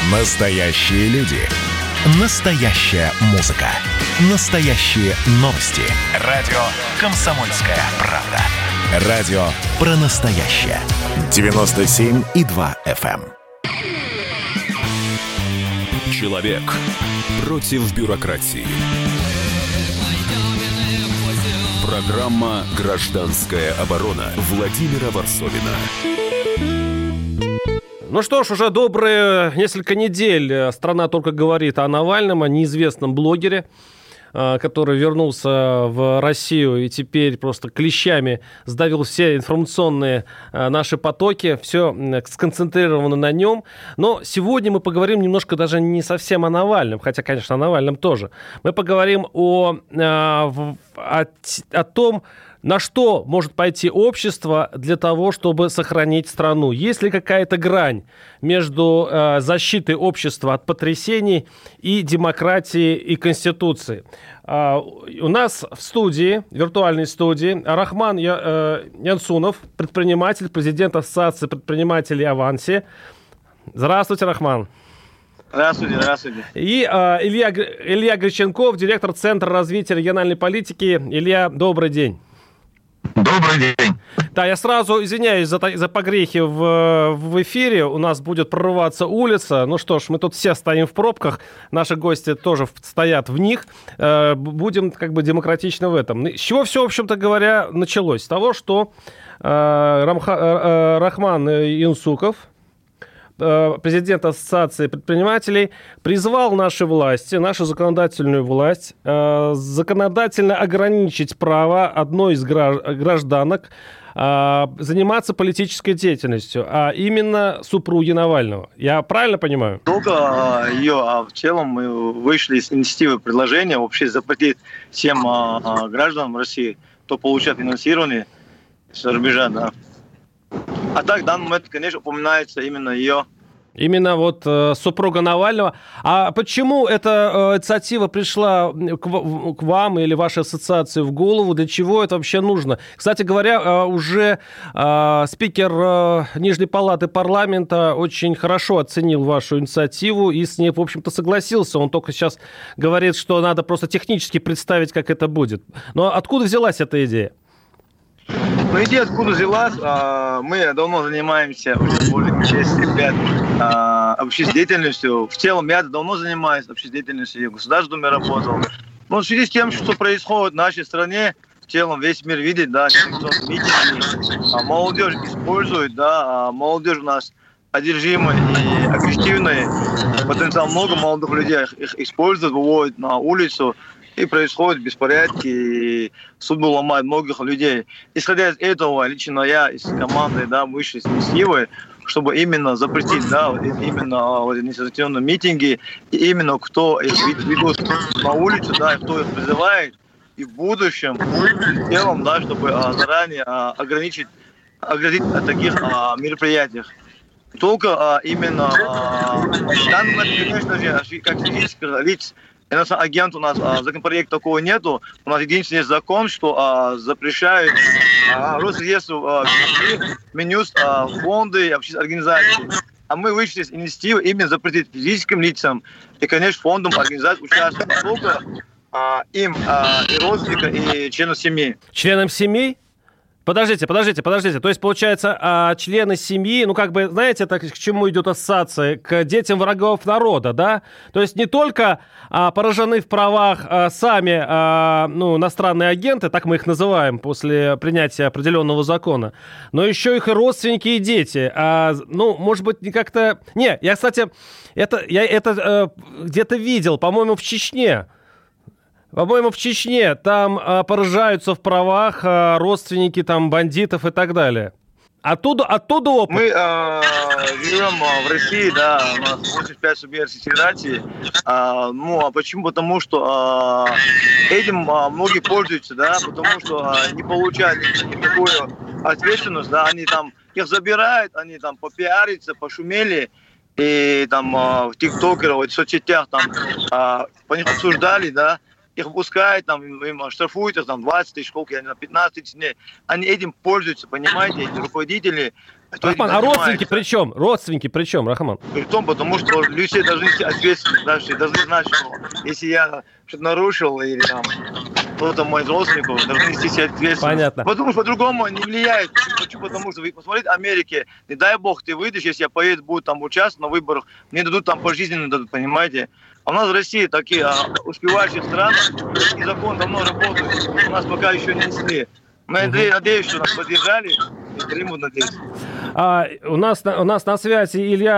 Настоящие люди. Настоящая музыка. Настоящие новости. Радио «Комсомольская правда». Радио про настоящее. 97,2 FM. Человек против бюрократии. Программа «Гражданская оборона» Владимира Варсовина. Ну что ж, уже добрые несколько недель страна только говорит о Навальном, о неизвестном блогере, который вернулся в Россию и теперь просто клещами сдавил все информационные наши потоки, все сконцентрировано на нем. Но сегодня мы поговорим немножко даже не совсем о Навальном, хотя, конечно, о Навальном тоже. Мы поговорим о том, на что может пойти общество для того, чтобы сохранить страну? Есть ли какая-то грань между защитой общества от потрясений и демократии и Конституции? У нас в студии, виртуальной студии, Рахман Янсунов, предприниматель, президент Ассоциации предпринимателей «Аванси». Здравствуйте, Рахман. Здравствуйте, здравствуйте. И Илья Греченков, директор Центра развития региональной политики. Илья, добрый день. Добрый день. Да, я сразу извиняюсь за погрехи в эфире. У нас будет прорываться улица. Ну что ж, мы тут все стоим в пробках. Наши гости тоже стоят в них. Будем как бы демократичны в этом. С чего все, в общем-то говоря, началось? С того, что Рахман Янсуков, президент Ассоциации предпринимателей, призвал наши власти, нашу законодательную власть, законодательно ограничить право одной из гражданок заниматься политической деятельностью, а именно супруги Навального. Я правильно понимаю? Только ее, в целом мы вышли с инициативы предложения вообще запретить всем гражданам России, кто получает финансирование с рубежа, да. А так в данный момент, конечно, упоминается именно ее. Именно вот супруга Навального. А почему эта инициатива пришла к вам или вашей ассоциации в голову? Для чего это вообще нужно? Кстати говоря, уже спикер Нижней палаты парламента очень хорошо оценил вашу инициативу и с ней, в общем-то, согласился. Он только сейчас говорит, что надо просто технически представить, как это будет. Но откуда взялась эта идея? Ну, идея откуда взялась? Мы давно занимаемся, уже более 6 лет, общественной деятельностью. В целом, я давно занимаюсь общественной деятельностью, я в Государственной Думе работал. Но в связи с тем, что происходит в нашей стране, в целом весь мир видит, да, митинги, молодежь использует, да, молодежь у нас одержимая и агрессивная, потенциал много молодых людей их используют, выводят на улицу. И происходят беспорядки, и суд ломает многих людей. Исходя из этого, лично я из команды, да, вышли с инициативой, чтобы именно запретить, да, именно административные митинги, и именно кто их ведут на улицу, да, и кто их призывает, и в будущем делом, да, чтобы заранее оградить от таких мероприятиях. Только именно в данный момент, конечно же, как физических лиц, иностранный агент у нас законопроект такого нету. У нас единственный закон, что запрещает Россельсу, Минюст, фонды и общественные организации. А мы вышли с инициативы именно запретить физическим лицам и, конечно, фондам организаций участвовать не только им, и родственникам, и членам семьи. Членам семьи? Подождите. То есть, получается, члены семьи, ну, как бы, знаете, это к чему идет ассоциация? К детям врагов народа, да? То есть не только поражены в правах сами, иностранные агенты, так мы их называем после принятия определенного закона, но еще их и родственники, и дети. Может быть, не как-то... Не, я, кстати, это где-то видел, по-моему, в Чечне. По-моему, в Чечне там поражаются в правах родственники там бандитов и так далее. Оттуда опыт. Мы живем в России, да, у нас 85 субъектов федерации. А почему? Потому что этим многие пользуются, да, потому что не получают никакую ответственность, да, они там их забирают, они там попиарятся, пошумели. И там в ТикТоке, в соцсетях там по них обсуждали, да. Их выпускают, там, им штрафуют, там, 20 тысяч, сколько, я не знаю, 15 тысяч дней. Они этим пользуются, понимаете, эти руководители Рахман, а родственники при чем? Родственники при чем, Рахман? При том, потому что люди должны нести ответственность, дальше должны знать, что если я что-то нарушил или там кто-то мой из родственников, должны нести себе ответственность. Понятно. Потому что по-другому не влияет. Почему? Потому что вы посмотрите, Америке, не дай бог ты выйдешь, если я поеду, буду там участвовать на выборах, мне дадут там пожизненно дадут, понимаете? А у нас в России такие успевающие страны, и закон давно работает, у нас пока еще не несли. Мы надеюсь, что нас поддержали и примут, надеюсь. У нас на связи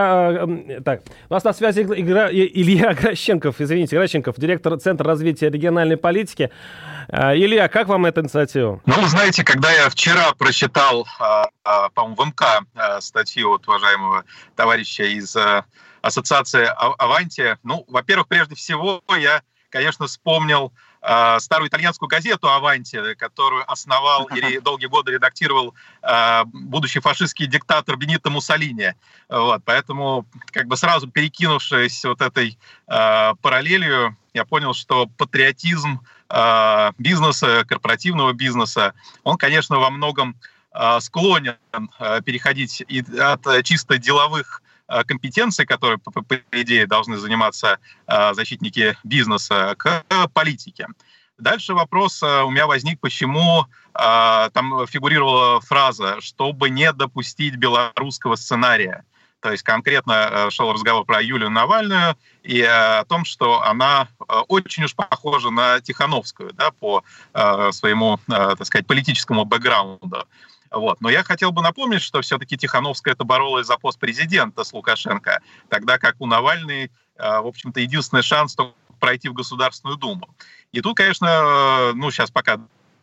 Илья Гращенков, директор Центра развития региональной политики. Илья, как вам эта инициатива? Ну, вы знаете, когда я вчера прочитал, по-моему, в МК статью от уважаемого товарища из ассоциации «Аванти», ну, во-первых, прежде всего, я, конечно, вспомнил старую итальянскую газету «Аванти», которую основал и долгие годы редактировал будущий фашистский диктатор Бенито Муссолини. Вот, поэтому, как бы сразу перекинувшись вот этой параллелью, я понял, что патриотизм бизнеса, корпоративного бизнеса, он, конечно, во многом склонен переходить от чисто деловых компетенций, которые, по идее, должны заниматься защитники бизнеса, к политике. Дальше вопрос у меня возник, почему там фигурировала фраза «чтобы не допустить белорусского сценария». То есть конкретно шел разговор про Юлию Навальную и о том, что она очень уж похожа на Тихановскую, да, по своему, так сказать, политическому бэкграунду. Вот. Но я хотел бы напомнить, что все-таки Тихановская это боролась за пост президента с Лукашенко, тогда как у Навальной, в общем-то, единственный шанс пройти в Государственную Думу. И тут, конечно, ну, сейчас пока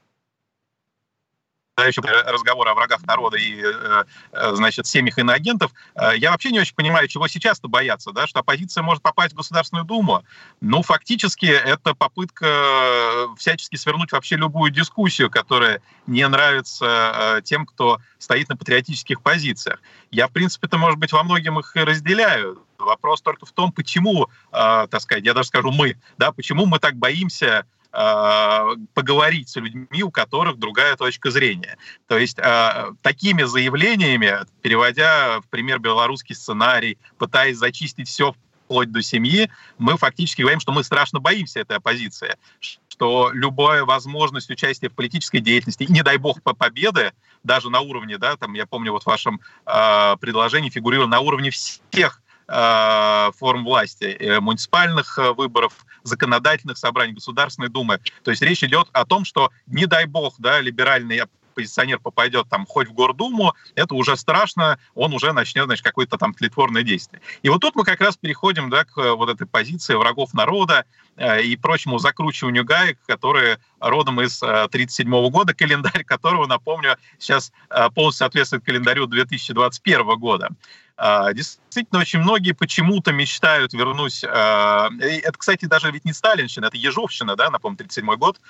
еще разговор о врагах народа и, значит, семьях иноагентов, я вообще не очень понимаю, чего сейчас-то бояться, да, что оппозиция может попасть в Государственную Думу. Ну, фактически, это попытка всячески свернуть вообще любую дискуссию, которая не нравится тем, кто стоит на патриотических позициях. Я, в принципе-то, может быть, во многом их и разделяю. Вопрос только в том, почему, так сказать, я даже скажу мы, да, почему мы так боимся поговорить с людьми, у которых другая точка зрения. То есть такими заявлениями, переводя в пример белорусский сценарий, пытаясь зачистить все вплоть до семьи, мы фактически говорим, что мы страшно боимся этой оппозиции, что любая возможность участия в политической деятельности, и не дай бог победы, даже на уровне, да, там, я помню, вот в вашем предложении фигурировало на уровне всех форм власти, муниципальных выборов, законодательных собраний, Государственной Думы. То есть речь идет о том, что, не дай бог, да, либеральный оппозиционер попадет там хоть в Гордуму, это уже страшно, он уже начнет, значит, какое-то там тлетворное действие. И вот тут мы как раз переходим, да, к вот этой позиции врагов народа и прочему закручиванию гаек, которые родом из 1937 года, календарь которого, напомню, сейчас полностью соответствует календарю 2021 года. Действительно, очень многие почему-то мечтают вернуть... Это, кстати, даже ведь не сталинщина, это ежовщина, да, напомню, 1937 год.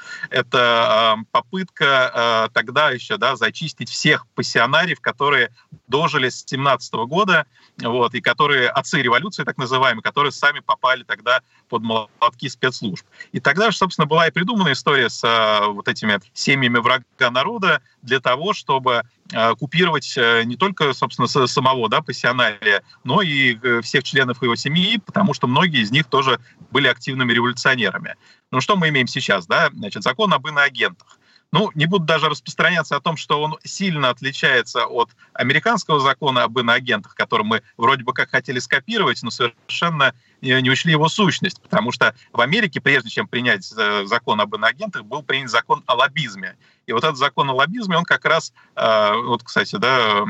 Это попытка тогда еще, да, зачистить всех пассионариев, которые дожили с 1917 года, вот, и которые отцы революции, так называемые, которые сами попали тогда под молотки спецслужб. И тогда же, собственно, была и придумана история с вот этими семьями врага народа для того, чтобы купировать не только, собственно, самого, да, пассионария, но и всех членов его семьи, потому что многие из них тоже были активными революционерами. Ну, что мы имеем сейчас, да? Значит, закон об иноагентах. Ну, не буду даже распространяться о том, что он сильно отличается от американского закона об иноагентах, который мы вроде бы как хотели скопировать, но совершенно не учли его сущность, потому что в Америке, прежде чем принять закон об иноагентах, был принят закон о лоббизме. И вот этот закон о лоббизме, он как раз, вот, кстати, да,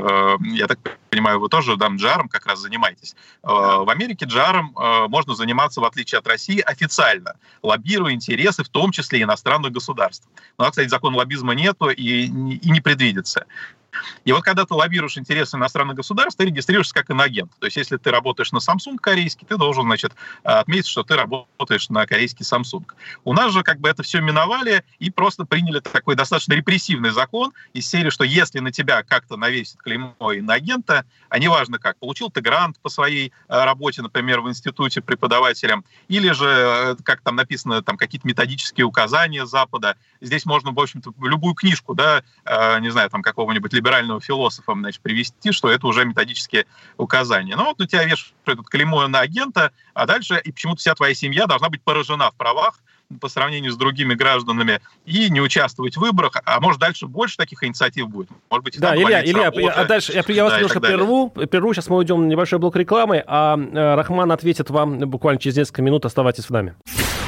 я так понимаю, вы тоже джиаром как раз занимаетесь. В Америке джиаром можно заниматься, в отличие от России, официально, лоббируя интересы, в том числе иностранных государств. Но, кстати, закона лоббизма нету и не предвидится. И вот когда ты лоббируешь интересы иностранных государств, ты регистрируешься как иноагент. То есть если ты работаешь на Samsung корейский, ты должен, значит, отметить, что ты работаешь на корейский Samsung. У нас же как бы это все миновали и просто приняли такой достаточно репрессивный закон из серии, что если на тебя как-то навесит клеймо иноагента, а неважно как, получил ты грант по своей работе, например, в институте преподавателем, или же, как там написано, там какие-то методические указания Запада, здесь можно, в общем-то, любую книжку, да, не знаю, там какого-нибудь либерального философа, значит, привести, что это уже методические указания. Ну, вот у тебя вешают это клеймо на агента, а дальше и почему-то вся твоя семья должна быть поражена в правах по сравнению с другими гражданами и не участвовать в выборах, а может дальше больше таких инициатив будет. Может быть, да, Илья, дальше я вас немножко прерву, сейчас мы уйдем на небольшой блок рекламы, а Рахман ответит вам буквально через несколько минут, оставайтесь с нами.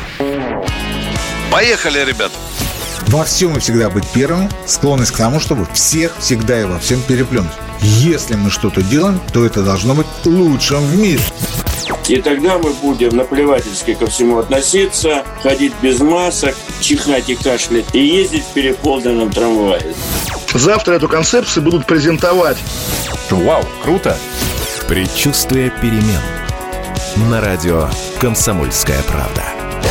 Поехали, ребят! Во всем и всегда быть первыми, склонность к тому, чтобы всех, всегда и во всем переплюнуть. Если мы что-то делаем, то это должно быть лучшим в мире. И тогда мы будем наплевательски ко всему относиться, ходить без масок, чихать и кашлять и ездить в переполненном трамвае. Завтра эту концепцию будут презентовать. Вау, круто! Предчувствие перемен. На радио «Комсомольская правда».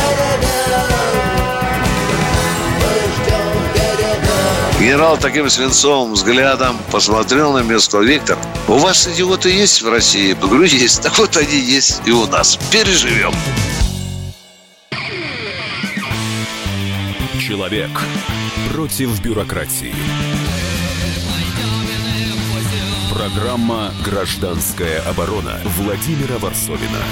Генерал таким свинцовым взглядом посмотрел на меня и сказал: Виктор, у вас идиоты есть в России? Я говорю, есть. Так вот они есть и у нас. Переживем. Человек против бюрократии. Программа «Гражданская оборона» Владимира Варсовина.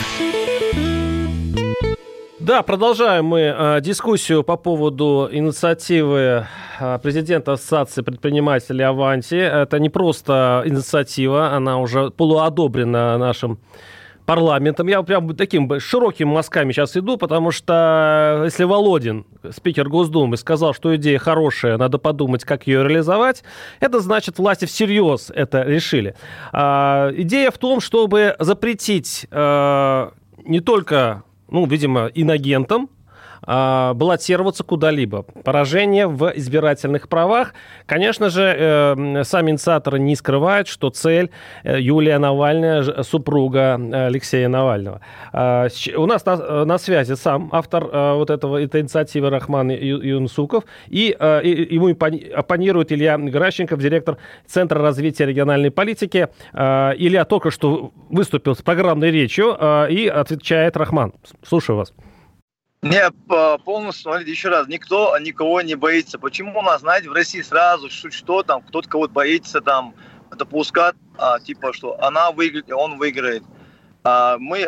Да, продолжаем мы дискуссию по поводу инициативы президента Ассоциации предпринимателей «Аванти». Это не просто инициатива, она уже полуодобрена нашим парламентом. Я прям таким широкими мазками сейчас иду, потому что если Володин, спикер Госдумы, сказал, что идея хорошая, надо подумать, как ее реализовать, это значит, власти всерьез это решили. Идея в том, чтобы запретить не только, видимо, инагентам баллотироваться куда-либо. Поражение в избирательных правах. Конечно же, сами инициаторы не скрывают, что цель Юлия Навальная, супруга Алексея Навального. У нас на связи сам автор этой инициативы Рахман Юнсуков, и ему оппонирует Илья Гращенков, директор Центра развития региональной политики. Илья только что выступил с программной речью, и отвечает Рахман. Слушаю вас. Не, полностью, смотрите, еще раз, никто никого не боится. Почему у нас, знаете, в России сразу, что там, кто-то кого-то боится там допускать, что она выиграет, и он выиграет. Мы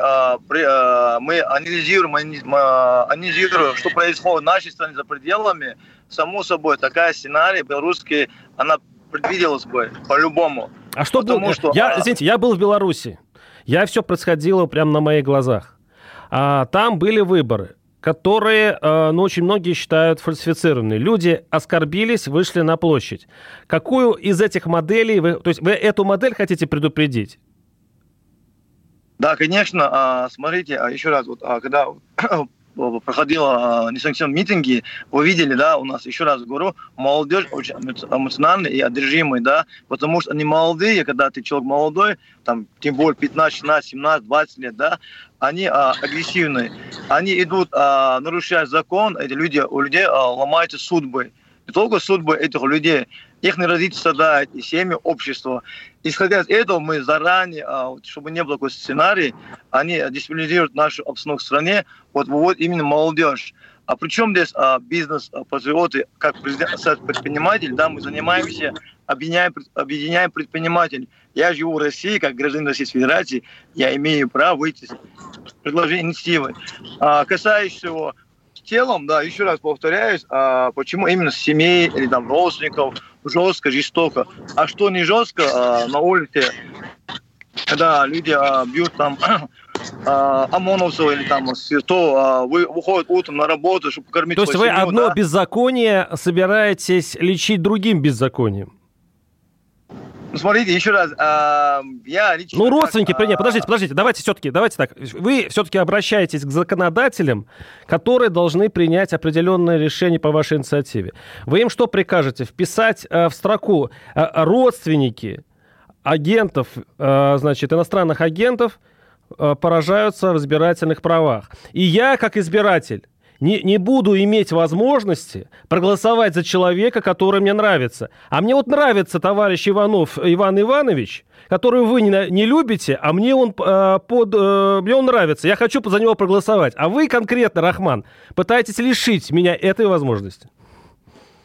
анализируем, что происходит в нашей стране за пределами. Само собой, такая сценарий белорусский, она предвиделась бы по-любому. А что было? Извините, я был в Беларуси. Все происходило прямо на моих глазах. Там были выборы, которые, очень многие считают фальсифицированными. Люди оскорбились, вышли на площадь. Какую из этих моделей вы эту модель хотите предупредить? Да, конечно. Смотрите, еще раз, когда проходило несанкционные митинги, вы видели, да, у нас, еще раз говорю, молодежь очень эмоциональная и одержимая, да, потому что они молодые, когда ты человек молодой, там, тем более 15, 16, 17, 20 лет, да, они агрессивные, они идут, нарушая закон, у людей ломаются судьбы. Не только судьбы этих людей, их родители страдают, и семьи, общество. Исходя из этого, мы заранее, чтобы не было такой сценарий, они дестабилизируют нашу обстановку в стране, выводят именно молодежь. А причем здесь бизнес-патриоты, как предприниматель, да, мы занимаемся, объединяем предпринимателей. Я живу в России, как гражданин Российской Федерации, я имею право выйти с предложением инициативы. Касающего телом, да, еще раз повторяюсь, почему именно семей или там родственников жестко, жестоко. А что не жестко, на улице, когда люди бьют там ОМОНовцев или там выходят утром на работу, чтобы покормить свою семью. То есть вы одно беззаконие собираетесь лечить другим беззаконием? Смотрите, еще раз, я лично... родственники, подождите, давайте так. Вы все-таки обращаетесь к законодателям, которые должны принять определенное решение по вашей инициативе. Вы им что прикажете? Вписать в строку родственники агентов, иностранных агентов поражаются в избирательных правах. И я, как избиратель, не буду иметь возможности проголосовать за человека, который мне нравится. А мне нравится товарищ Иванов Иван Иванович, которого вы не любите, а мне он нравится. Я хочу за него проголосовать. А вы конкретно, Рахман, пытаетесь лишить меня этой возможности.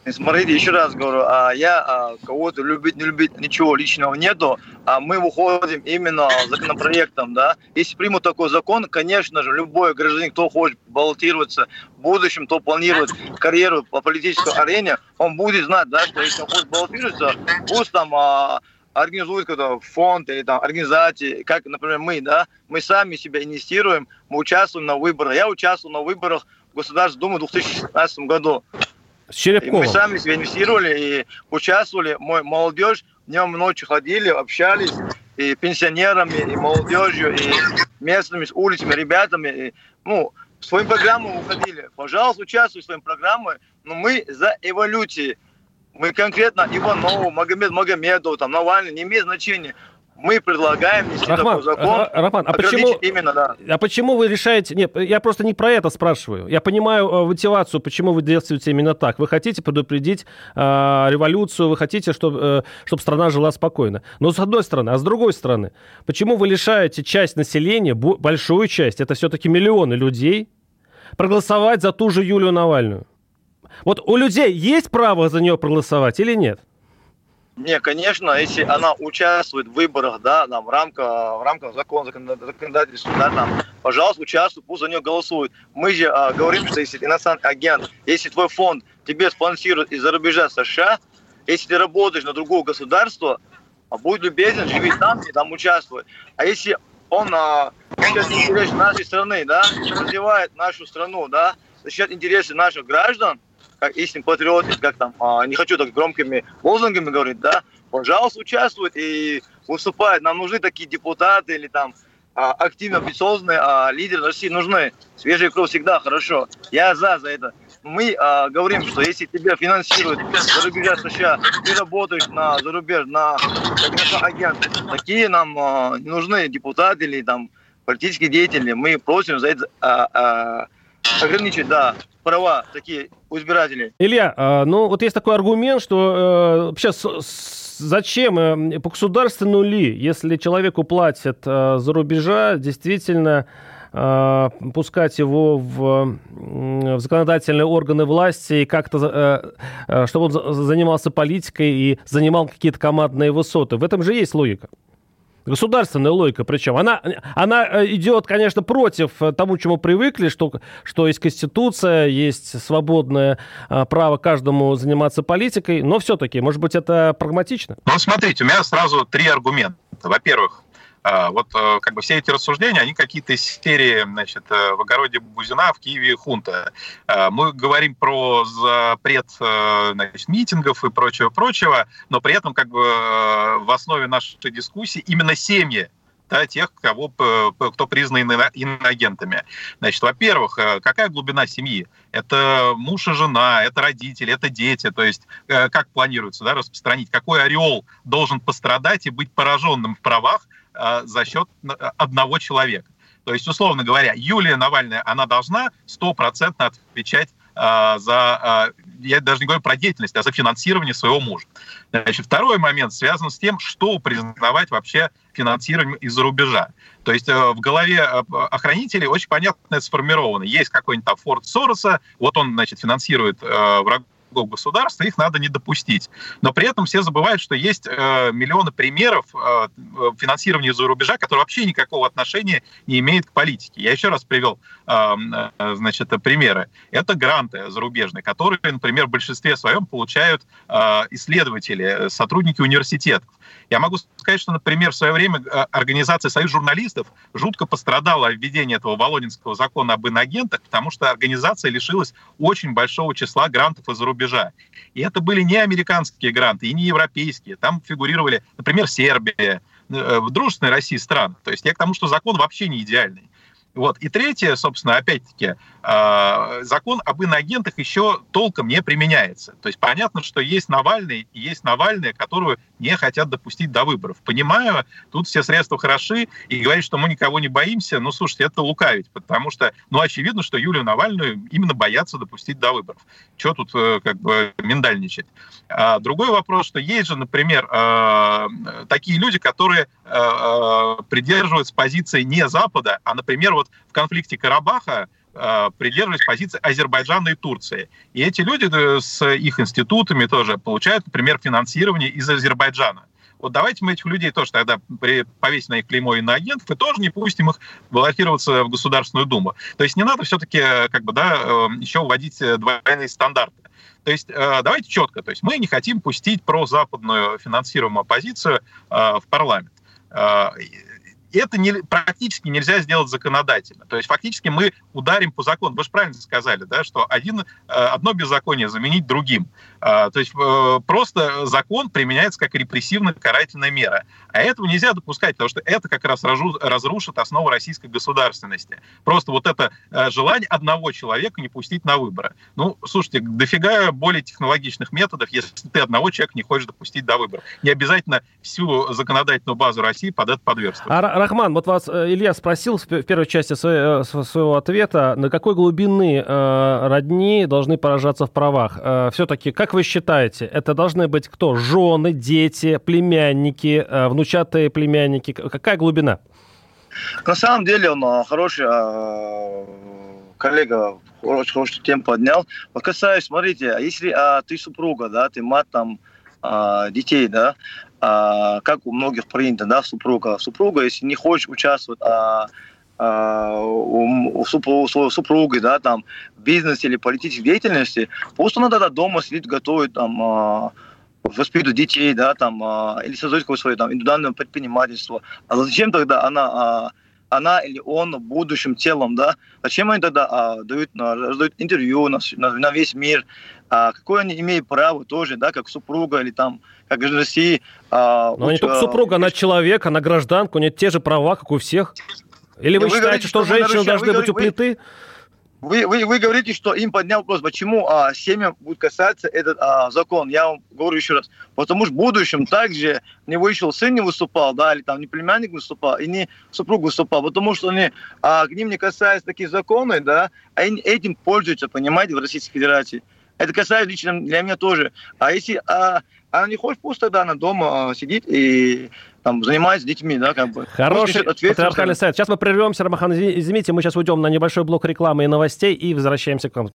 Смотрите, еще раз говорю, я кого-то любить, не любить, ничего личного нету, мы выходим именно законопроектом, да. Если примут такой закон, конечно же, любой гражданин, кто хочет баллотироваться в будущем, кто планирует карьеру по политической арене, он будет знать, да, что если он хочет баллотироваться, пусть там организует какой-то фонд или там организации, как, например, мы, да, мы сами себя инвестируем, мы участвуем на выборах. Я участвовал на выборах в Государственную Думу в 2016 году. С Черепковым. Мы сами себя инвестировали и участвовали. Мы молодежь днем и ночью ходили, общались и пенсионерами, и молодежью, и местными, с улицами, ребятами. И, в свою программу уходили. Пожалуйста, участвуйте в своей программе, но мы за эволюцию. Мы конкретно Иванову, Магомедову, там, Навальный, не имеет значения. Мы предлагаем нести такой закон. Рахман, почему вы решаете... Нет, я просто не про это спрашиваю. Я понимаю мотивацию, почему вы действуете именно так. Вы хотите предупредить революцию, вы хотите, чтобы страна жила спокойно. Но с одной стороны. А с другой стороны, почему вы лишаете часть населения, большую часть, это все-таки миллионы людей, проголосовать за ту же Юлию Навальную? Вот у людей есть право за нее проголосовать или нет? Не, конечно, если она участвует в выборах, да, там, в рамках закона, законодательства, да, там, пожалуйста, участвуй, пусть за нее голосуют. Мы же говорим, что если иностранный агент, если твой фонд тебе спонсирует из-за рубежа США, если ты работаешь на другое государство, будь любезен, живи там и там участвуй. А если он защищает интересы нашей страны, да, развивает нашу страну, да, защищает интересы наших граждан, как истинный патриот, как там, не хочу так громкими лозунгами говорить, да, пожалуйста, участвует и выступает. Нам нужны такие депутаты или там активно амбициозные лидеры России нужны. Свежая кровь всегда хорошо. Я за это. Мы говорим, что если тебя финансируют за рубежа США, ты работаешь за рубеж, как агент, такие нам не нужны депутаты или там политические деятели. Мы просим за это ограничить, да, права такие у избирателей. Илья, вот есть такой аргумент, что вообще зачем по государственному ли, если человеку платят за рубежа, действительно пускать его в законодательные органы власти и как-то, чтобы он занимался политикой и занимал какие-то командные высоты. В этом же есть логика. Государственная логика, причем. Она идет, конечно, против тому, чему привыкли, что есть Конституция, есть свободное право каждому заниматься политикой, но все-таки, может быть, это прагматично? Смотрите, у меня сразу 3 аргумента. Во-первых, как бы все эти рассуждения, они какие-то из серии, значит, в огороде Бузина, в Киеве хунта. Мы говорим про запрет, значит, митингов и прочего, но при этом как бы в основе нашей дискуссии именно семьи, да, тех, кто признан иноагентами. Значит, во-первых, какая глубина семьи? Это муж и жена, это родители, это дети. То есть как планируется, да, распространить, какой ореол должен пострадать и быть пораженным в правах за счет одного человека. То есть, условно говоря, Юлия Навальная, она должна 100% отвечать за, я даже не говорю про деятельность, а за финансирование своего мужа. Значит, второй момент связан с тем, что признавать вообще финансирование из-за рубежа. То есть в голове охранителей очень понятно сформировано. Есть какой-нибудь там Форд Сороса, вот он, значит, финансирует врагов государства, их надо не допустить. Но при этом все забывают, что есть миллионы примеров финансирования из-за рубежа, которые вообще никакого отношения не имеют к политике. Я еще раз привел, значит, примеры. Это гранты зарубежные, которые, например, в большинстве своем получают исследователи, сотрудники университетов. Я могу сказать, что, например, в свое время организация «Союз журналистов» жутко пострадала от введения этого Володинского закона об иноагентах, потому что организация лишилась очень большого числа грантов из-за рубежа. И это были не американские гранты и не европейские. Там фигурировали, например, Сербия, дружественные России страны. То есть я к тому, что закон вообще не идеальный. Вот. И третье, собственно, опять-таки, закон об иноагентах еще толком не применяется. То есть понятно, что есть Навальный и есть Навальная, которую не хотят допустить до выборов. Понимаю, тут все средства хороши, и говорить, что мы никого не боимся, ну, слушайте, это лукавить, потому что, ну, очевидно, что Юлию Навальную именно боятся допустить до выборов. Чего тут как бы миндальничать? Другой вопрос, что есть же, например, такие люди, которые придерживаются позиции не Запада, а, например, вот в конфликте Карабаха придерживались позиции Азербайджана и Турции. И эти люди с их институтами тоже получают, например, финансирование из Азербайджана. Вот давайте мы этих людей тоже тогда повесим на их клеймо иноагентов и тоже не пустим их баллотироваться в Государственную Думу. То есть не надо все-таки еще вводить двойные стандарты. То есть давайте четко. То есть мы не хотим пустить прозападную финансируемую оппозицию в парламент. Это практически нельзя сделать законодательно. То есть фактически мы ударим по закону. Вы же правильно сказали, да, что одно беззаконие заменить другим. То есть просто закон применяется как репрессивно-карательная мера. А этого нельзя допускать, потому что это как раз разрушит основу российской государственности. Просто вот это желание одного человека не пустить на выборы. Ну, слушайте, дофига более технологичных методов, если ты одного человека не хочешь допустить до выборов. Не обязательно всю законодательную базу России под это подверстывать. Рахман, вот вас Илья спросил в первой части своего ответа, на какой глубины родни должны поражаться в правах. Все-таки, как вы считаете, это должны быть кто? Жены, дети, племянники, внучатые племянники? Какая глубина? На самом деле он хороший коллега, очень хорошую тему поднял. Вот касаясь, смотрите, если ты супруга, да, ты мать там детей, да, как у многих принято, да, супруга, если не хочешь участвовать у супруги, да, там, в бизнесе или политической деятельности, просто она тогда дома сидит, готовит, там, воспитывать детей, да, там, или создать какое-то свое там индивидуальное предпринимательство. А зачем тогда она или он будущим телом, да? Зачем они тогда раздают интервью на весь мир? Какое они имеют право тоже, да, как супруга или там, как граждан России? Но не только супруга, она человек, она гражданка, у нее те же права, как у всех. Или вы считаете, что женщины должны быть у плиты? Вы говорите, что им поднял вопрос, почему семьям будет касаться этот закон. Я вам говорю еще раз. Потому что в будущем также не вышел сын, не выступал, да, или там не племянник выступал, и не супруг выступал, потому что к ним не касаются такие законы, да, а они этим пользуются, понимаете, в Российской Федерации. Это касается лично для меня тоже. А если она не хочет, пусть тогда она дома сидит и там занимается детьми, да, как бы. Хороший патриархальный совет. Сейчас мы прервемся, Рамахан, извините, мы сейчас уйдем на небольшой блок рекламы и новостей и возвращаемся к вам.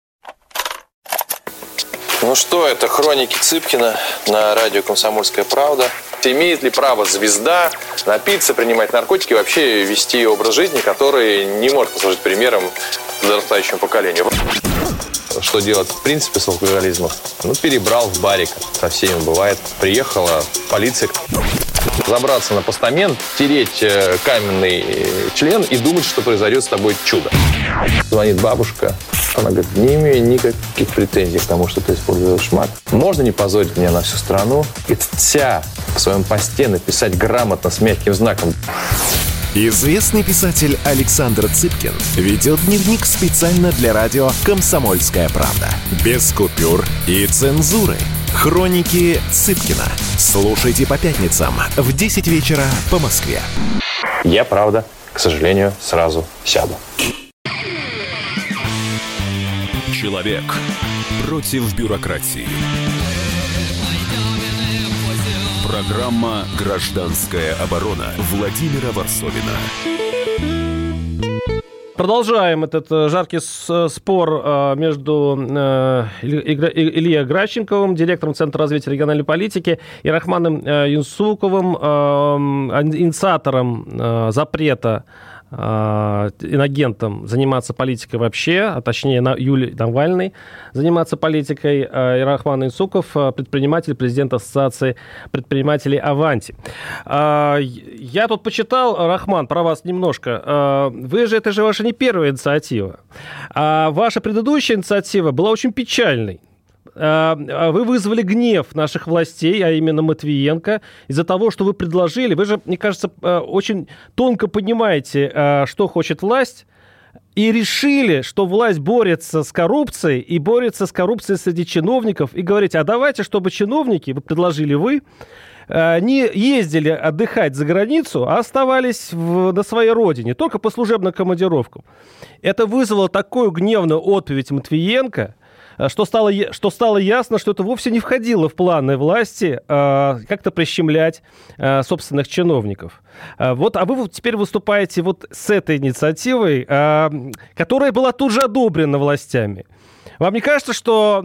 Ну что, это хроники Цыпкина на радио «Комсомольская правда». Имеет ли право звезда напиться, принимать наркотики и вообще вести образ жизни, который не может послужить примером подрастающему поколению? Что делать в принципе с алкоголизмом? Ну, перебрал в барик. Со всеми бывает. Приехала полиция. Забраться на постамент, тереть каменный член и думать, что произойдет с тобой чудо. Звонит бабушка. Она говорит, не имею никаких претензий к тому, что ты используешь мат. Можно не позорить меня на всю страну и вся в своем посте написать грамотно с мягким знаком. Известный писатель Александр Цыпкин ведет дневник специально для радио «Комсомольская правда». Без купюр и цензуры. Хроники Цыпкина. Слушайте по пятницам в 10 вечера по Москве. Я, правда, к сожалению, сразу сяду. Человек против бюрократии. Программа «Гражданская оборона» Владимира Варсовина. Продолжаем этот жаркий спор между Ильей Гращенковым, директором Центра развития региональной политики, и Рахманом Юнсуковым, инициатором запрета инагентам заниматься политикой вообще, а точнее Юлии Навальной заниматься политикой, и Рахман Юнсуков, предприниматель, президент Ассоциации предпринимателей «Аванти». Я тут почитал, Рахман, про вас немножко. Это же ваша не первая инициатива. Ваша предыдущая инициатива была очень печальной. Вы вызвали гнев наших властей, а именно Матвиенко, из-за того, что вы предложили. Вы же, мне кажется, очень тонко понимаете, что хочет власть, и решили, что власть борется с коррупцией, и борется с коррупцией среди чиновников, и говорите, а давайте, чтобы чиновники, вы предложили вы, не ездили отдыхать за границу, а оставались на своей родине, только по служебным командировкам. Это вызвало такую гневную отповедь Матвиенко, что стало ясно, что это вовсе не входило в планы власти как-то прищемлять собственных чиновников. А вы теперь выступаете вот с этой инициативой, которая была тут же одобрена властями. Вам не кажется, что,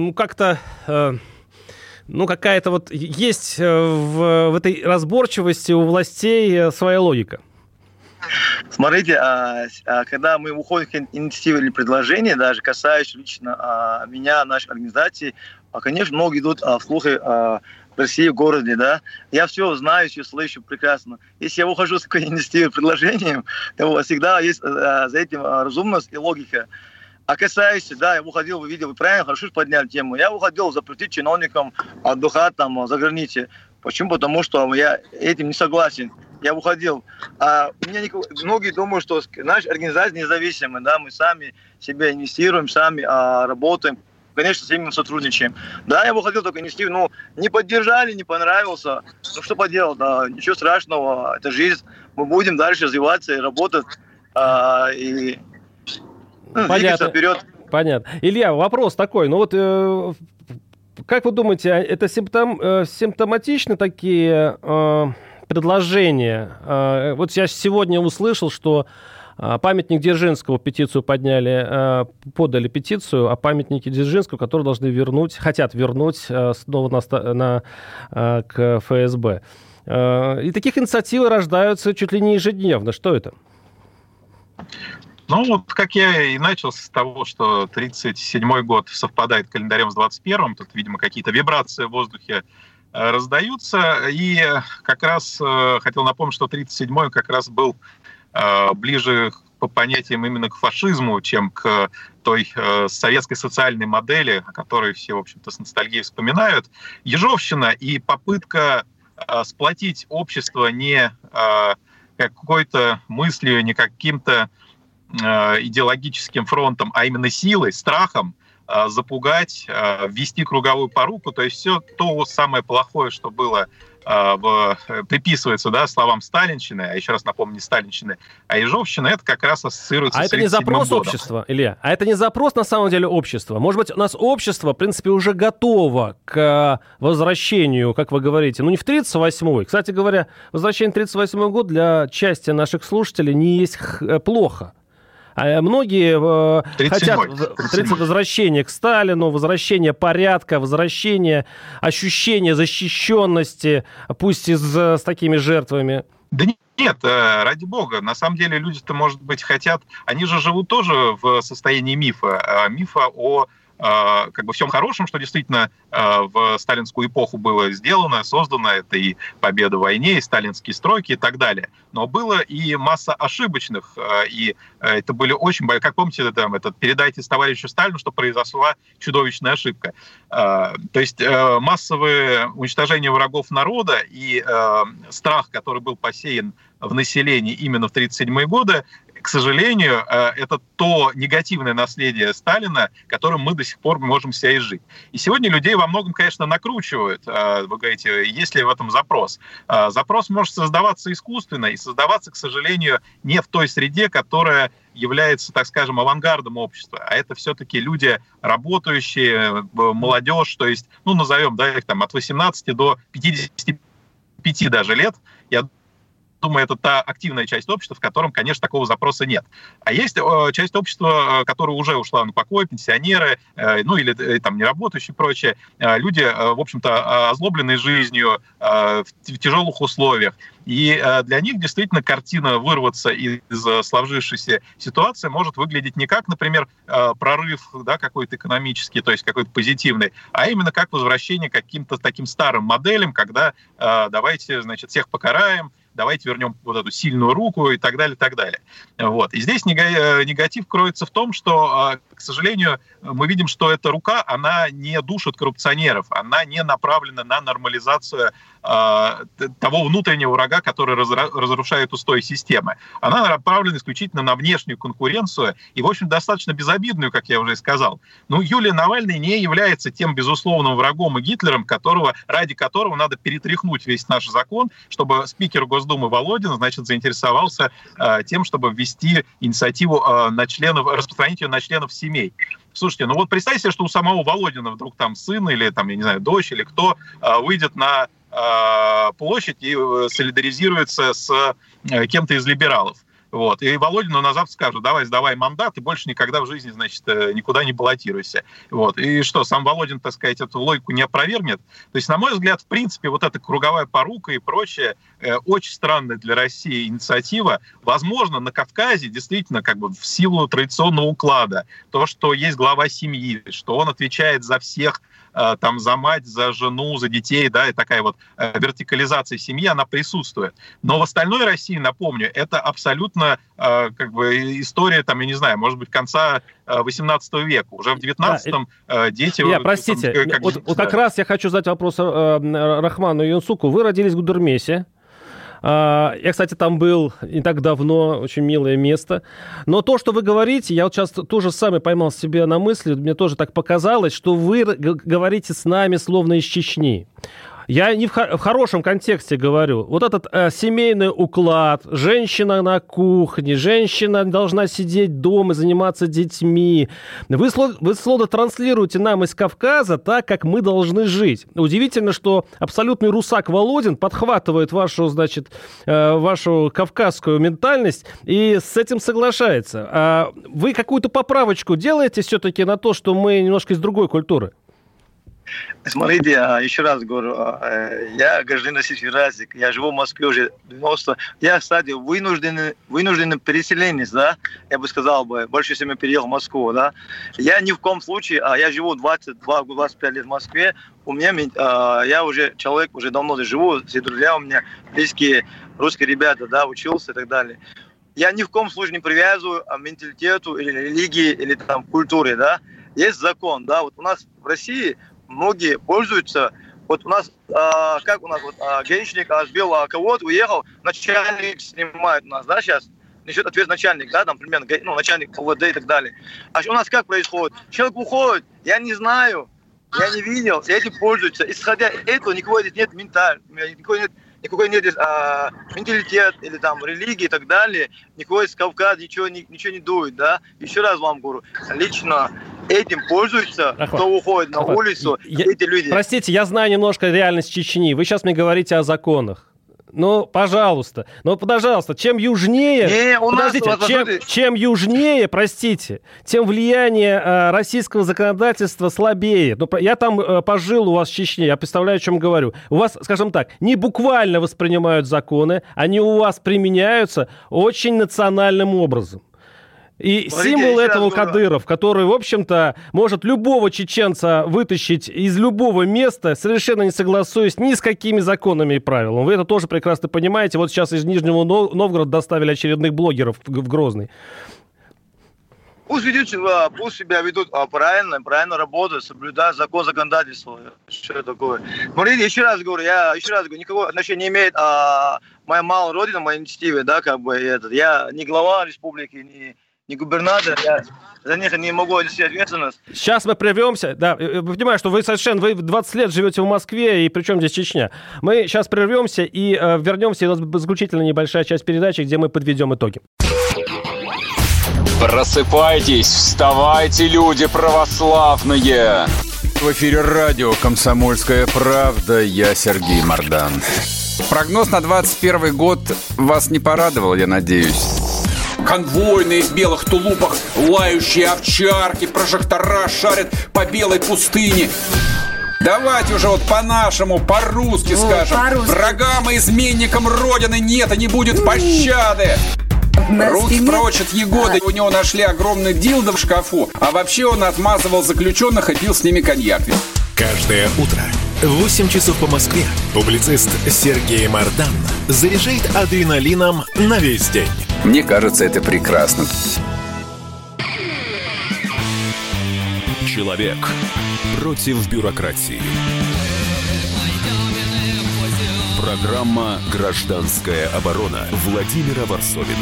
какая-то вот есть в этой разборчивости у властей своя логика? Смотрите, когда мы уходим к инициативе или предложению, даже касаясь лично меня, нашей организации, конечно, многие идут слухи в России, в городе, да. Я все знаю, все слышу прекрасно. Если я ухожу с такой инициативой, предложением, то всегда есть за этим разумность и логика. А касаясь, да, я уходил, вы видели, вы правильно, хорошо подняли тему. Я уходил запретить чиновникам отдыхать там за границей. Почему? Потому что я этим не согласен. Я уходил. Многие думают, что наша организация независимая, да, мы сами себя инвестируем, сами работаем. Конечно, с ними сотрудничаем. Да, я выходил только инициативу, не поддержали, не понравился. Что поделать, ничего страшного, это жизнь. Мы будем дальше развиваться и работать, и двигаться вперед. Понятно. Илья, вопрос такой, как вы думаете, это симптоматичны такие предложения? Вот я сегодня услышал, что памятник Дзержинского подали петицию о памятнике Дзержинского, который хотят вернуть снова к ФСБ. И таких инициатив рождаются чуть ли не ежедневно. Что это? Как я и начал с того, что 1937 год совпадает календарем с 21-м, тут, видимо, какие-то вибрации в воздухе раздаются. И как раз хотел напомнить, что 1937-й как раз был ближе по понятиям именно к фашизму, чем к той советской социальной модели, о которой все, в общем-то, с ностальгией вспоминают. Ежовщина и попытка сплотить общество не какой-то мыслью, не каким-то идеологическим фронтом, а именно силой, страхом, запугать, ввести круговую поруку, то есть все то самое плохое, что было приписывается, словам сталинщины, а еще раз напомню, не сталинщины, а ежовщина, это как раз ассоциируется с 1937 годом. А это не запрос общества, Илья? А это не запрос, на самом деле, общества? Может быть, у нас общество, в принципе, уже готово к возвращению, как вы говорите, не в 1938-й. Кстати говоря, возвращение в 1938 год для части наших слушателей не есть плохо. А многие хотят возвращения к Сталину, возвращения порядка, возвращения ощущения защищенности, пусть и с такими жертвами. Да нет, ради бога. На самом деле люди-то, может быть, хотят... Они же живут тоже в состоянии мифа о всем хорошем, что действительно в сталинскую эпоху было сделано, создано. Это и победа в войне, и сталинские стройки и так далее. Но было и масса ошибочных, и это были очень... Как помните, передайте товарищу Сталину, что произошла чудовищная ошибка. То есть массовое уничтожение врагов народа и страх, который был посеян в населении именно в 1937 годы, к сожалению, это то негативное наследие Сталина, которым мы до сих пор можем себя изжить. И сегодня людей во многом, конечно, накручивают. Вы говорите, есть ли в этом запрос? Запрос может создаваться искусственно и создаваться, к сожалению, не в той среде, которая является, так скажем, авангардом общества. А это все-таки люди работающие, молодежь, то есть, назовем, их от 18 до 55 даже лет. Я думаю, это та активная часть общества, в котором, конечно, такого запроса нет. А есть часть общества, которая уже ушла на покой, пенсионеры, или там неработающие и прочее. Люди, в общем-то, озлобленные жизнью, в тяжелых условиях. И для них действительно картина вырваться из сложившейся ситуации может выглядеть не как, например, прорыв какой-то экономический, то есть какой-то позитивный, а именно как возвращение к каким-то таким старым моделям, когда давайте, всех покараем, давайте вернем вот эту сильную руку и так далее, и так далее. Вот. И здесь негатив кроется в том, что, к сожалению, мы видим, что эта рука, она не душит коррупционеров, она не направлена на нормализацию того внутреннего врага, который разрушает устои системы. Она направлена исключительно на внешнюю конкуренцию и, в общем, достаточно безобидную, как я уже сказал. Юлия Навальная не является тем безусловным врагом и Гитлером, ради которого надо перетряхнуть весь наш закон, чтобы спикер Госдумы Володин, заинтересовался тем, чтобы ввести инициативу распространить ее на членов всей семей. Слушайте, ну вот представьте себе, что у самого Володина вдруг там сын или там, я не знаю, дочь или кто выйдет на площадь и солидаризируется с кем-то из либералов. Вот. И Володину на завтра скажут: давай, сдавай мандат, и больше никогда в жизни, значит, никуда не баллотируйся. Вот. И что, сам Володин, так сказать, эту логику не опровергнет? То есть, на мой взгляд, в принципе, вот эта круговая порука и прочее, очень странная для России инициатива. Возможно, на Кавказе действительно как бы в силу традиционного уклада, то, что есть глава семьи, что он отвечает за всех, там, за мать, за жену, за детей, да, и такая вот вертикализация семьи, она присутствует. Но в остальной России, напомню, это абсолютно как бы история, там, я не знаю, может быть, конца 18 века. Уже в 19-м дети... Простите, как раз я хочу задать вопрос Рахману Юнсуку. Вы родились в Гудермесе. Я, кстати, там был не так давно, очень милое место. Но то, что вы говорите, я вот сейчас тоже сам поймал себя на мысли, мне тоже так показалось, что вы говорите с нами словно из Чечни. Я не в хорошем контексте говорю. Вот этот семейный уклад, женщина на кухне, женщина должна сидеть дома и заниматься детьми. Вы словно транслируете нам из Кавказа так, как мы должны жить. Удивительно, что абсолютный русак Володин подхватывает вашу, значит, вашу кавказскую ментальность и с этим соглашается. Вы какую-то поправочку делаете все-таки на то, что мы немножко из другой культуры? Смотрите, еще раз говорю, я гражданин Российской Федерации, я живу в Москве уже 90. Я, кстати, вынужденный переселенец, да, я бы сказал, больше всего переехал в Москву, да. Я ни в коем случае, я живу 22-25 лет в Москве, у меня, я уже человек, уже давно живу, все друзья у меня, близкие русские ребята, да, учился и так далее. Я ни в коем случае не привязываю к менталитету или религии, или там культуре, да. Есть закон, да, вот у нас в России многие пользуются, вот у нас, как у нас, вот, гаишник сбил кого-то, уехал, начальник снимает у нас, да, сейчас, несет ответственность начальник, да, там, примерно, ну, начальник ОВД и так далее. А у нас как происходит? Человек уходит, я не знаю, я не видел, и эти пользуются. Исходя из этого, никакой здесь нет никакой нет менталитет или там религии и так далее, никакой из Кавказа ничего не дует, да. Еще раз вам говорю, лично этим пользуются, кто уходит на улицу, эти люди. Простите, я знаю немножко реальность Чечни. Вы сейчас мне говорите о законах. Ну, пожалуйста, чем южнее... чем южнее, простите, тем влияние российского законодательства слабее. Ну, я там пожил у вас в Чечне, я представляю, о чем говорю. У вас, скажем так, не буквально воспринимают законы, они у вас применяются очень национальным образом. И символ этого Кадыров, который, в общем-то, может любого чеченца вытащить из любого места, совершенно не согласуясь ни с какими законами и правилами. Вы это тоже прекрасно понимаете. Вот сейчас из Нижнего Новгорода доставили очередных блогеров в Грозный. Пусть себя ведут правильно работают, соблюдают закон, законодательство. Что такое? Смотрите, еще раз говорю, никакого отношения не имеет моя малая родина, моя инициатива, да, как бы, я не глава республики, не губернатор, я за них не могу нести ответственность. Сейчас мы прервемся. Да, понимаю, что вы 20 лет живете в Москве, и причем здесь Чечня. Мы сейчас прервемся и вернемся. У нас заключительная небольшая часть передачи, где мы подведем итоги. Просыпайтесь, вставайте, люди православные! В эфире радио «Комсомольская правда». Я Сергей Мордан. Прогноз на 21 год вас не порадовал, я надеюсь. Конвойные в белых тулупах, лающие овчарки, прожектора шарят по белой пустыне. Давайте уже вот по-нашему, по-русски скажем. По-русски. Врагам и изменникам Родины нет и не будет пощады. Руки прочь от Егоды. У него нашли огромный дилдо в шкафу. А вообще он отмазывал заключенных и пил с ними коньяк. Каждое утро в 8 часов по Москве публицист Сергей Мордан заряжает адреналином на весь день. Мне кажется, это прекрасно. Человек против бюрократии. Программа «Гражданская оборона» Владимира Варсовина.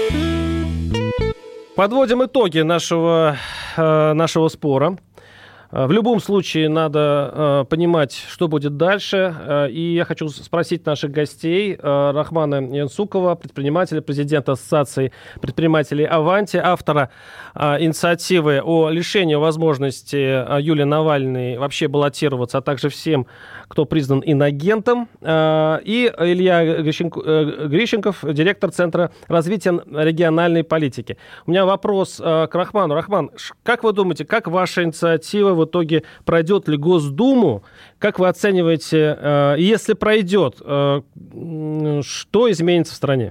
Подводим итоги нашего спора. В любом случае надо понимать, что будет дальше. И я хочу спросить наших гостей. Рахмана Янсукова, предпринимателя, президента Ассоциации предпринимателей «Аванти», автора инициативы о лишении возможности Юлии Навальной вообще баллотироваться, а также всем, кто признан иноагентом. И Илья Грищенков, директор Центра развития региональной политики. У меня вопрос к Рахману. Рахман, как вы думаете, как ваша инициатива в итоге пройдет ли Госдуму? Как вы оцениваете, если пройдет, что изменится в стране?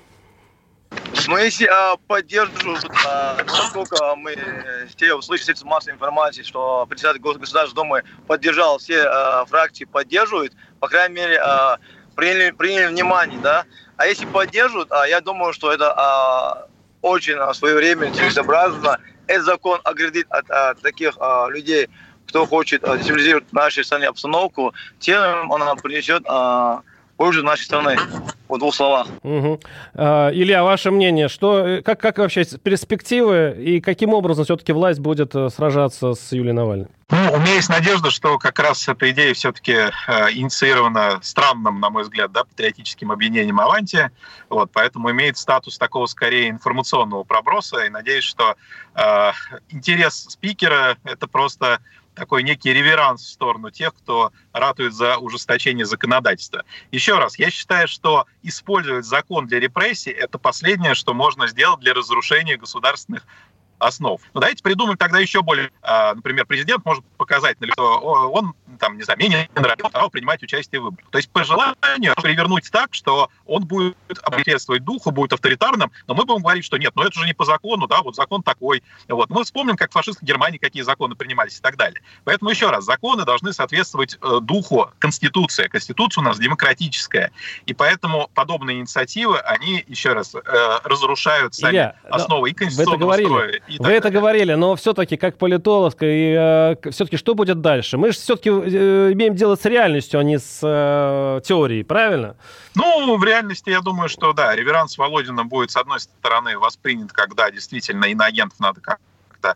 Ну, если поддерживают, насколько мы все услышали с массовой информации, что председатель Государственной Думы поддержал, все фракции поддерживают, по крайней мере, приняли внимание, да. А если поддерживают, я думаю, что это очень своевременно, целесообразно. Этот закон оградит от таких людей, кто хочет дестабилизировать в нашей стране обстановку, тем он принесет пользу нашей страны. В двух словах. Угу. Илья, ваше мнение, как вообще перспективы и каким образом все-таки власть будет сражаться с Юлией Навальной? Ну, у меня есть надежда, что как раз эта идея все-таки инициирована странным, на мой взгляд, патриотическим объединением «Аванти». Вот, поэтому имеет статус такого, скорее, информационного проброса. И надеюсь, что интерес спикера — это просто такой некий реверанс в сторону тех, кто ратует за ужесточение законодательства. Еще раз, я считаю, что использовать закон для репрессий — это последнее, что можно сделать для разрушения государственных основ. Но давайте придумаем тогда еще более... Например, президент может показать, что он, менее нравится, принимать участие в выборах. То есть по желанию перевернуть так, что он будет соответствовать духу, будет авторитарным, но мы будем говорить, что нет, это же не по закону, вот закон такой. Вот. Мы вспомним, как в фашистской Германии какие законы принимались и так далее. Поэтому еще раз, законы должны соответствовать духу Конституции. Конституция у нас демократическая. И поэтому подобные инициативы, они, еще раз, разрушают сами основы и конституционного строя. Вы это говорили, но все-таки как политолог, все-таки что будет дальше? Мы же все-таки имеем дело с реальностью, а не с теорией, правильно? Ну, в реальности, я думаю, что да, реверанс Володина будет, с одной стороны, воспринят, когда действительно иноагентов надо как-то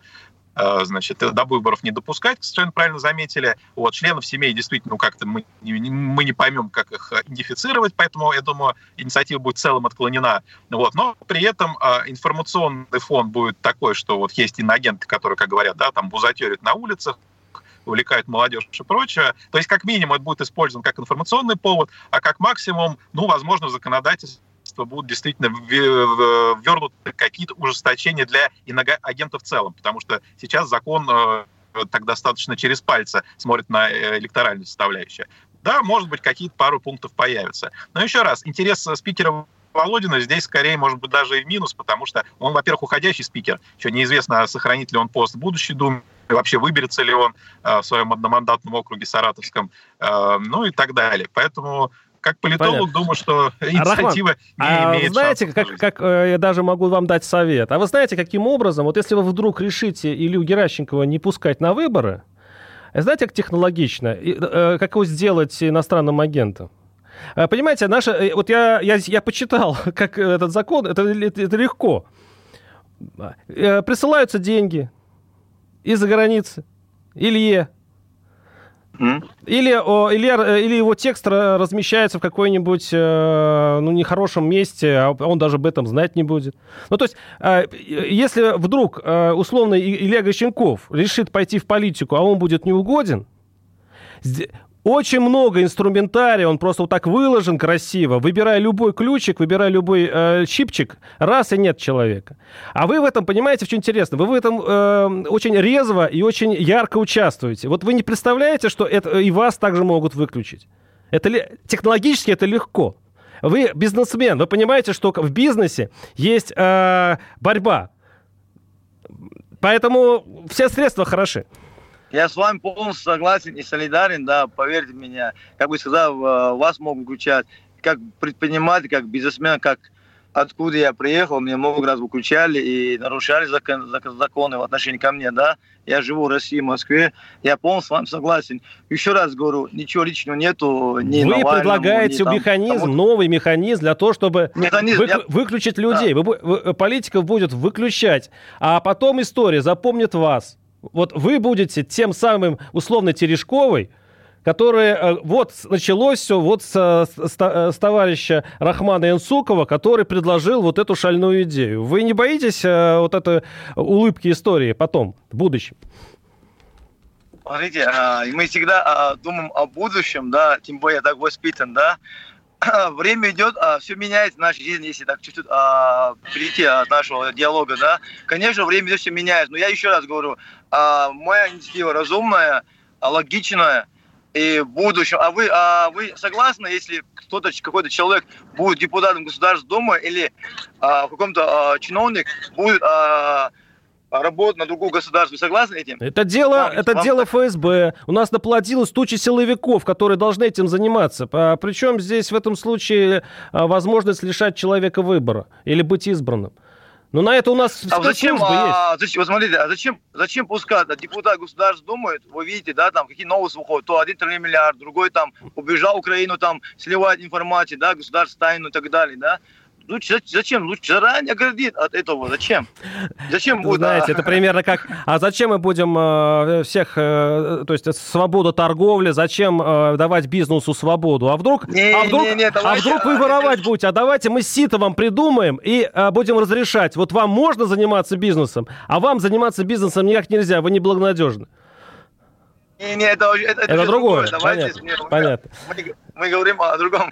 до выборов не допускать, совершенно правильно заметили. Членов семей действительно как-то мы не поймем, как их идентифицировать, поэтому, я думаю, инициатива будет в целом отклонена. Но при этом информационный фон будет такой, что есть иноагенты, которые, как говорят, бузатерят на улицах, увлекают молодежь и прочее. То есть, как минимум, это будет использован как информационный повод, а как максимум, возможно, законодательство будут действительно ввернуты какие-то ужесточения для иноагентов в целом, потому что сейчас закон так достаточно через пальцы смотрит на электоральную составляющую. Да, может быть, какие-то пару пунктов появятся. Но еще раз, интерес спикера Володина здесь скорее может быть даже и в минус, потому что он, во-первых, уходящий спикер, еще неизвестно, сохранит ли он пост в будущей Думе, вообще выберется ли он в своем одномандатном округе Саратовском, и так далее. Поэтому как политолог, думаю, что инициатива не имеет знаете, как я даже могу вам дать совет. А вы знаете, каким образом, если вы вдруг решите Илью Геращенкова не пускать на выборы, знаете, как технологично, как его сделать иностранным агентом? Понимаете, я почитал, как этот закон, это легко. Присылаются деньги из-за границы Илье. Или его текст размещается в какой-нибудь нехорошем месте, а он даже об этом знать не будет. То есть, если вдруг условно Илья Грищенков решит пойти в политику, а он будет неугоден, очень много инструментария, он просто так выложен красиво. Выбирая любой ключик, выбирая любой чипчик, раз и нет человека. А вы в этом, понимаете, что интересно? Вы в этом очень резво и очень ярко участвуете. Вы не представляете, что это и вас также могут выключить. Технологически это легко. Вы бизнесмен, вы понимаете, что в бизнесе есть борьба. Поэтому все средства хороши. Я с вами полностью согласен и солидарен, поверьте мне. Как бы сказал, вас могут включать как предприниматель, как бизнесмен, как откуда я приехал, меня много раз выключали и нарушали законы в отношении ко мне, Я живу в России, в Москве, я полностью с вами согласен. Еще раз говорю, ничего личного нету. Вы предлагаете новый механизм для того, чтобы выключить людей. Политиков будет выключать, а потом история запомнит вас. Вот вы будете тем самым условно Терешковой, которое вот началось все вот с товарища Рахмана Янсукова, который предложил вот эту шальную идею. Вы не боитесь вот этой улыбки истории потом, в будущем? Смотрите, мы всегда думаем о будущем, да, тем более я так воспитан, да. Время идет, все меняется в нашей жизни, если так чуть-чуть перейти от нашего диалога, да. Конечно, время идет, все меняется, но я еще раз говорю, моя инициатива разумная, логичная, и в будущем. А вы согласны, если какой-то человек будет депутатом Государственной Думы или какой-то чиновник будет работать на другое государство? Вы согласны этим? Это дело ФСБ. У нас наплодилось тучи силовиков, которые должны этим заниматься. Причем здесь в этом случае возможность лишать человека выбора или быть избранным. Но на это у нас спецслужбы есть. Вот смотрите, зачем пускать депутат Государственной Думы, вы видите, да, там какие новости выходят, то 1 миллиард, другой там убежал в Украину, там сливает информацию, да, государственную тайну и так далее, да. Зачем? Лучше заранее оградить от этого. Зачем? Зачем будет? Знаете, это примерно как... А зачем мы будем всех... То есть свобода торговли, зачем давать бизнесу свободу? А вдруг вы воровать будете? А давайте мы сито вам придумаем и будем разрешать. Вот вам можно заниматься бизнесом, а вам заниматься бизнесом никак нельзя. Вы неблагонадежны. Не, это другое. Понятно. Мы говорим о другом.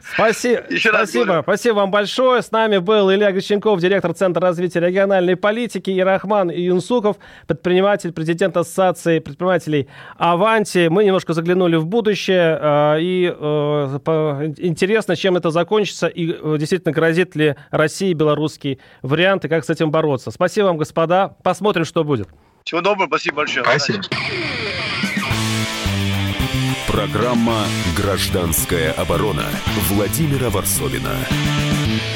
Спасибо вам большое. С нами был Илья Грищенков, директор Центра развития региональной политики, и Рахман Янсуков, предприниматель, президент Ассоциации предпринимателей «Аванти». Мы немножко заглянули в будущее, и интересно, чем это закончится, и действительно грозит ли России белорусский вариант, и как с этим бороться. Спасибо вам, господа. Посмотрим, что будет. Всего доброго, спасибо большое. Спасибо. Программа «Гражданская оборона» Владимира Варсовина.